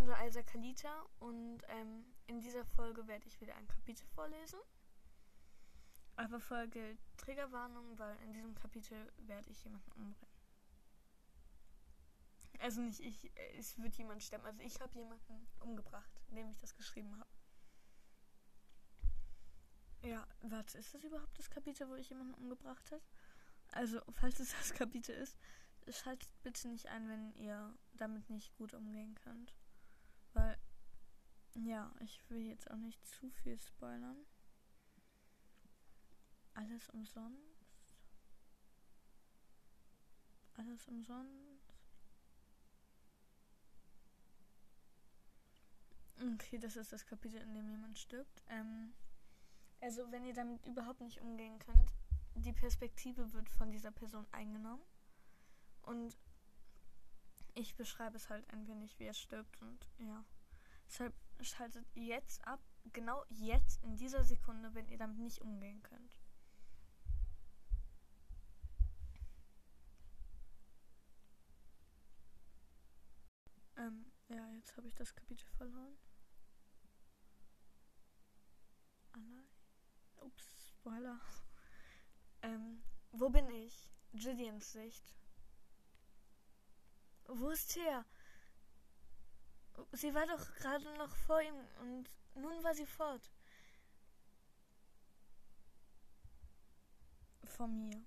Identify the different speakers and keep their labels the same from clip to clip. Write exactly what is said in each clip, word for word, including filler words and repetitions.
Speaker 1: unser Isaac Kalita und ähm, in dieser Folge werde ich wieder ein Kapitel vorlesen. Aber vorher gilt Triggerwarnung, weil in diesem Kapitel werde ich jemanden umbringen. Also nicht ich, es wird jemand sterben. Also ich habe jemanden umgebracht, indem ich das geschrieben habe. Ja, warte, ist das überhaupt das Kapitel, wo ich jemanden umgebracht habe? Also, falls es das Kapitel ist, schaltet bitte nicht ein, wenn ihr damit nicht gut umgehen könnt. Weil, ja, ich will jetzt auch nicht zu viel spoilern. Alles umsonst. Alles umsonst. Okay, das ist das Kapitel, in dem jemand stirbt. Ähm, also, wenn ihr damit überhaupt nicht umgehen könnt, die Perspektive wird von dieser Person eingenommen. Und ich beschreibe es halt ein wenig, wie er stirbt. Und ja, deshalb schaltet jetzt ab, genau jetzt, in dieser Sekunde, wenn ihr damit nicht umgehen könnt. Ähm, ja, jetzt habe ich das Kapitel verloren. Allein. Ups, Spoiler. ähm, wo bin ich? Gideons Sicht. Wo ist Thea? Sie war doch gerade noch vor ihm und nun war sie fort. Vor mir.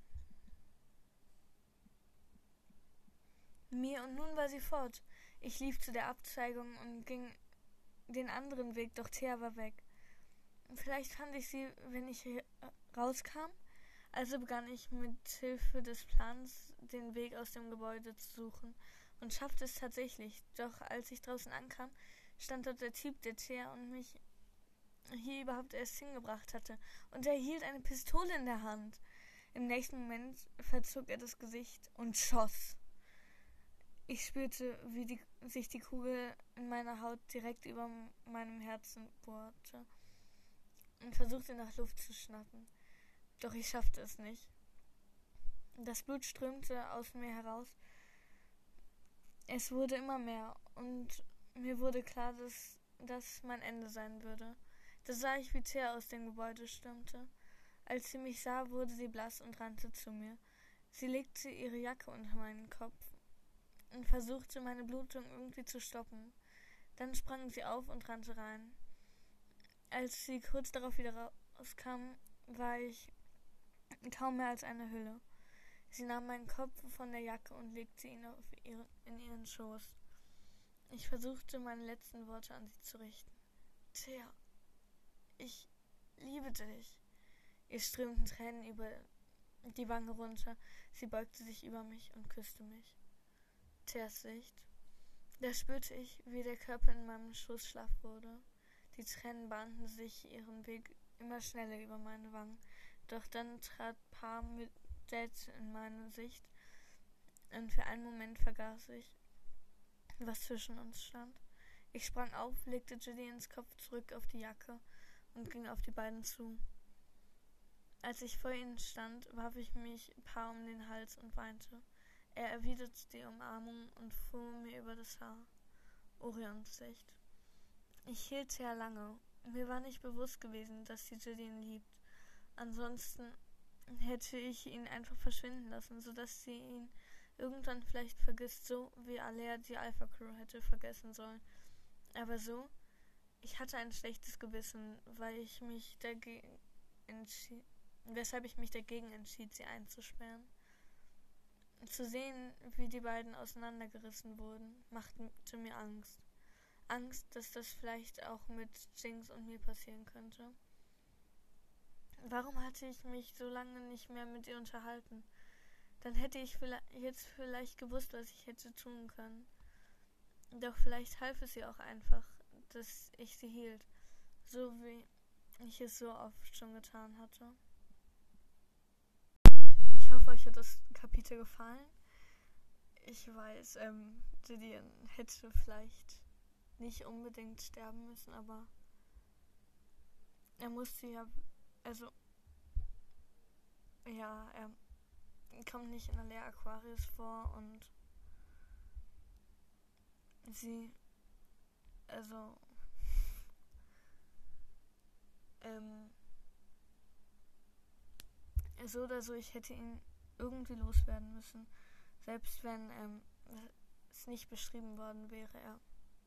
Speaker 1: Mir und nun war sie fort. Ich lief zu der Abzweigung und ging den anderen Weg, doch Thea war weg. Vielleicht fand ich sie, wenn ich hier rauskam. Also begann ich mit Hilfe des Plans, den Weg aus dem Gebäude zu suchen und schaffte es tatsächlich. Doch als ich draußen ankam, stand dort der Typ, der Thea und mich hier überhaupt erst hingebracht hatte. Und er hielt eine Pistole in der Hand. Im nächsten Moment verzog er das Gesicht und schoss. Ich spürte, wie die, sich die Kugel in meiner Haut direkt über meinem Herzen bohrte und versuchte nach Luft zu schnappen. Doch ich schaffte es nicht. Das Blut strömte aus mir heraus. Es wurde immer mehr und mir wurde klar, dass das mein Ende sein würde. Da sah ich, wie Thea aus dem Gebäude stürmte. Als sie mich sah, wurde sie blass und rannte zu mir. Sie legte ihre Jacke unter meinen Kopf und versuchte, meine Blutung irgendwie zu stoppen. Dann sprang sie auf und rannte rein. Als sie kurz darauf wieder rauskam, war ich kaum mehr als eine Hülle. Sie nahm meinen Kopf von der Jacke und legte ihn auf ihre, in ihren Schoß. Ich versuchte, meine letzten Worte an sie zu richten. Thea, ich liebe dich. Ihr strömten Tränen über die Wange runter. Sie beugte sich über mich und küsste mich. Theas Sicht. Da spürte ich, wie der Körper in meinem Schoß schlaff wurde. Die Tränen bahnten sich ihren Weg immer schneller über meine Wangen. Doch dann trat Parmüdet in meine Sicht und für einen Moment vergaß ich, was zwischen uns stand. Ich sprang auf, legte Gideons Kopf zurück auf die Jacke und ging auf die beiden zu. Als ich vor ihnen stand, warf ich mich Paar um den Hals und weinte. Er erwiderte die Umarmung und fuhr mir über das Haar. Orions Sicht. Ich hielt sehr lange. Mir war nicht bewusst gewesen, dass sie Gideon liebt. Ansonsten hätte ich ihn einfach verschwinden lassen, sodass sie ihn irgendwann vielleicht vergisst, so wie Alea die Alpha Crew hätte vergessen sollen. Aber so, ich hatte ein schlechtes Gewissen, weil ich mich dagegen entschied, weshalb ich mich dagegen entschied, sie einzusperren. Zu sehen, wie die beiden auseinandergerissen wurden, machte mir Angst. Angst, dass das vielleicht auch mit Jinx und mir passieren könnte. Warum hatte ich mich so lange nicht mehr mit ihr unterhalten? Dann hätte ich jetzt vielleicht gewusst, was ich hätte tun können. Doch vielleicht half es ihr auch einfach, dass ich sie hielt, so wie ich es so oft schon getan hatte. Ich hoffe, euch hat das Kapitel gefallen. Ich weiß, ähm, Gideon hätte vielleicht nicht unbedingt sterben müssen, aber er musste ja, also, ja, er kommt nicht in Alea Aquarius vor und sie Also, ähm, so oder so, ich hätte ihn irgendwie loswerden müssen. Selbst wenn ähm, es nicht beschrieben worden wäre, ja.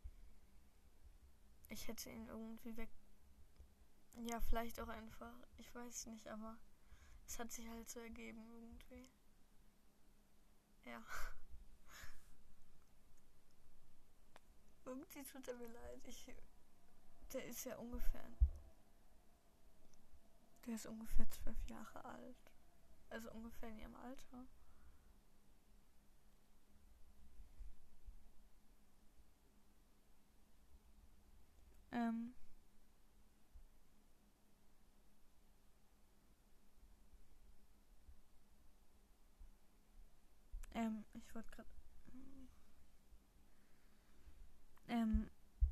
Speaker 1: Ich hätte ihn irgendwie weg. Ja, vielleicht auch einfach. Ich weiß nicht, aber es hat sich halt so ergeben irgendwie. Ja. Irgendwie tut er mir leid. Ich, der ist ja ungefähr. Der ist ungefähr zwölf Jahre alt. Also ungefähr in ihrem Alter. Ähm. Ähm, ich wollte gerade. Ähm.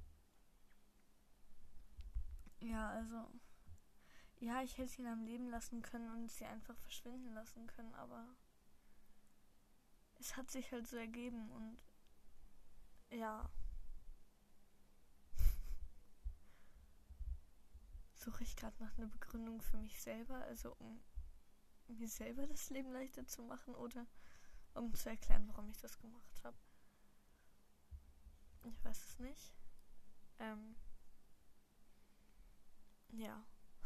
Speaker 1: Ja, also. Ja, ich hätte ihn am Leben lassen können und sie einfach verschwinden lassen können, aber es hat sich halt so ergeben und ja. Suche ich gerade nach einer Begründung für mich selber, also um mir selber das Leben leichter zu machen oder um zu erklären, warum ich das gemacht habe. Ich weiß es nicht. Ähm, ja.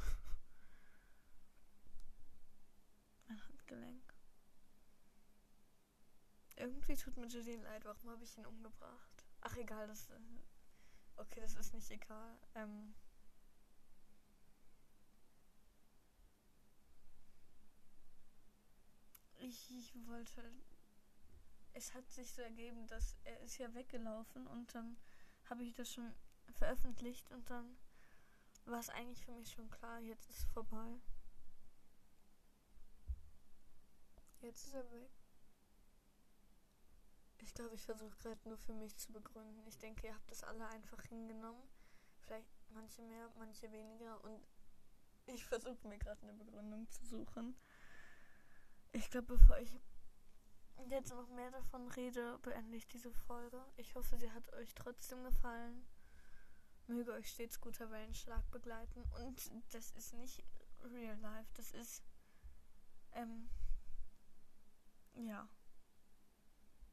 Speaker 1: Mein Handgelenk. Irgendwie tut mir Jadine leid, warum habe ich ihn umgebracht? Ach egal, das. Okay, das ist nicht egal. Ähm. Ich, ich wollte. Es hat sich so ergeben, dass er ist ja weggelaufen und dann habe ich das schon veröffentlicht und dann war es eigentlich für mich schon klar, jetzt ist es vorbei. Jetzt ist er weg. Ich glaube, ich versuche gerade nur für mich zu begründen. Ich denke, ihr habt das alle einfach hingenommen. Vielleicht manche mehr, manche weniger. Und ich versuche mir gerade eine Begründung zu suchen. Ich glaube, bevor ich jetzt noch mehr davon rede, beende ich diese Folge. Ich hoffe, sie hat euch trotzdem gefallen. Möge euch stets guter Wellenschlag begleiten. Und das ist nicht real life. Das ist, ähm, ja.